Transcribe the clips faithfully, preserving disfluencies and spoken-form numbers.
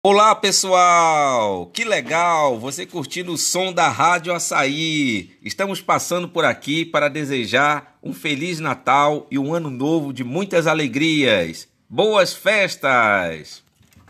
Olá, pessoal! Que legal! Você curtindo o som da Rádio Açaí. Estamos passando por aqui para desejar um Feliz Natal e um Ano Novo de muitas alegrias. Boas festas!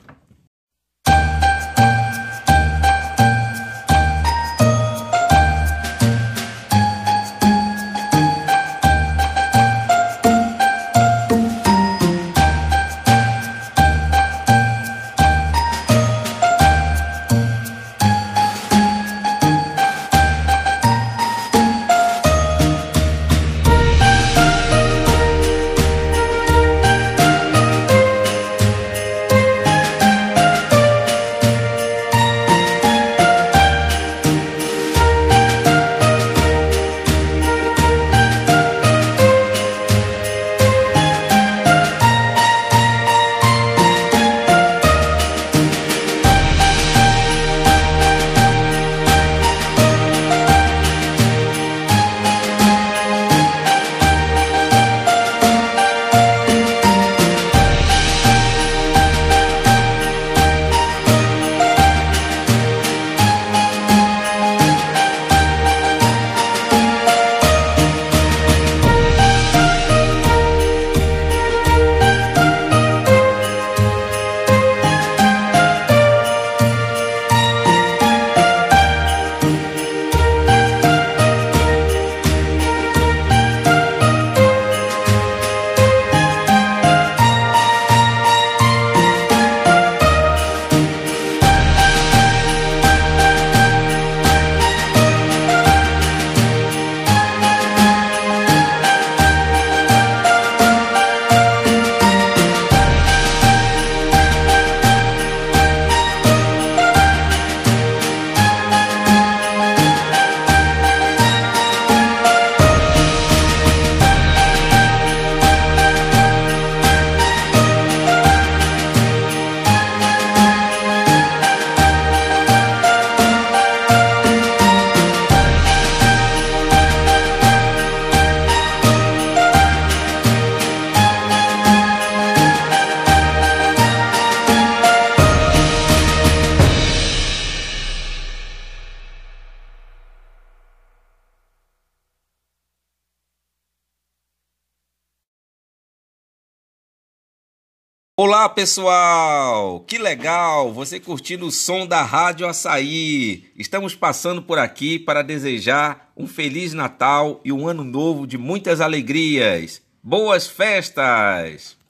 Olá, pessoal! Que legal! Você curtindo o som da Rádio Açaí. Estamos passando por aqui para desejar um Feliz Natal e um Ano Novo de muitas alegrias. Boas festas!